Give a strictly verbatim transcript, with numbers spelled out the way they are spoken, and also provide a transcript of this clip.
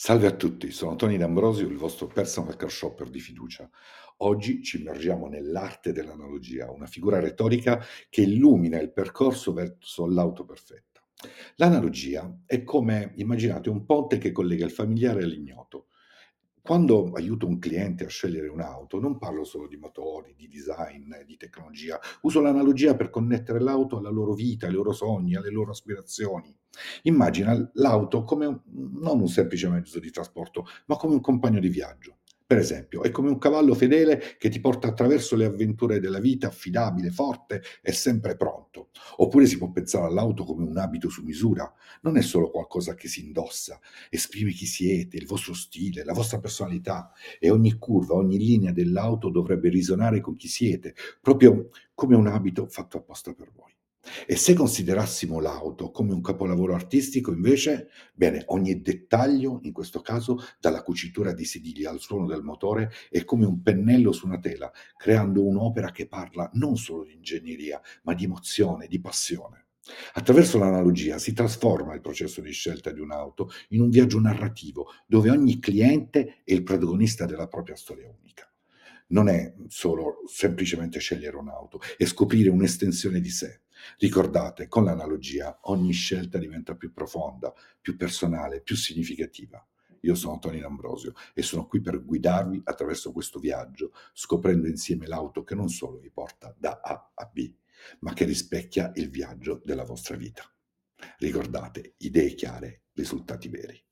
Salve a tutti, sono Tony D'Ambrosio, il vostro personal car shopper di fiducia. Oggi ci immergiamo nell'arte dell'analogia, una figura retorica che illumina il percorso verso l'auto perfetta. L'analogia è come, immaginate, un ponte che collega il familiare all'ignoto. Quando aiuto un cliente a scegliere un'auto, non parlo solo di motori, di design, di tecnologia, uso l'analogia per connettere l'auto alla loro vita, ai loro sogni, alle loro aspirazioni. Immagina l'auto come un non un semplice mezzo di trasporto, ma come un compagno di viaggio. Per esempio, è come un cavallo fedele che ti porta attraverso le avventure della vita, affidabile, forte e sempre pronto. Oppure si può pensare all'auto come un abito su misura. Non è solo qualcosa che si indossa, esprime chi siete, il vostro stile, la vostra personalità e ogni curva, ogni linea dell'auto dovrebbe risonare con chi siete, proprio come un abito fatto apposta per voi. E se considerassimo l'auto come un capolavoro artistico invece, bene, ogni dettaglio, in questo caso, dalla cucitura di sedili al suono del motore, è come un pennello su una tela, creando un'opera che parla non solo di ingegneria, ma di emozione, di passione. Attraverso l'analogia si trasforma il processo di scelta di un'auto in un viaggio narrativo, dove ogni cliente è il protagonista della propria storia unica. Non è solo semplicemente scegliere un'auto, è scoprire un'estensione di sé. Ricordate, con l'analogia ogni scelta diventa più profonda, più personale, più significativa. Io sono Tony D'Ambrosio e sono qui per guidarvi attraverso questo viaggio, scoprendo insieme l'auto che non solo vi porta da A a B, ma che rispecchia il viaggio della vostra vita. Ricordate, idee chiare, risultati veri.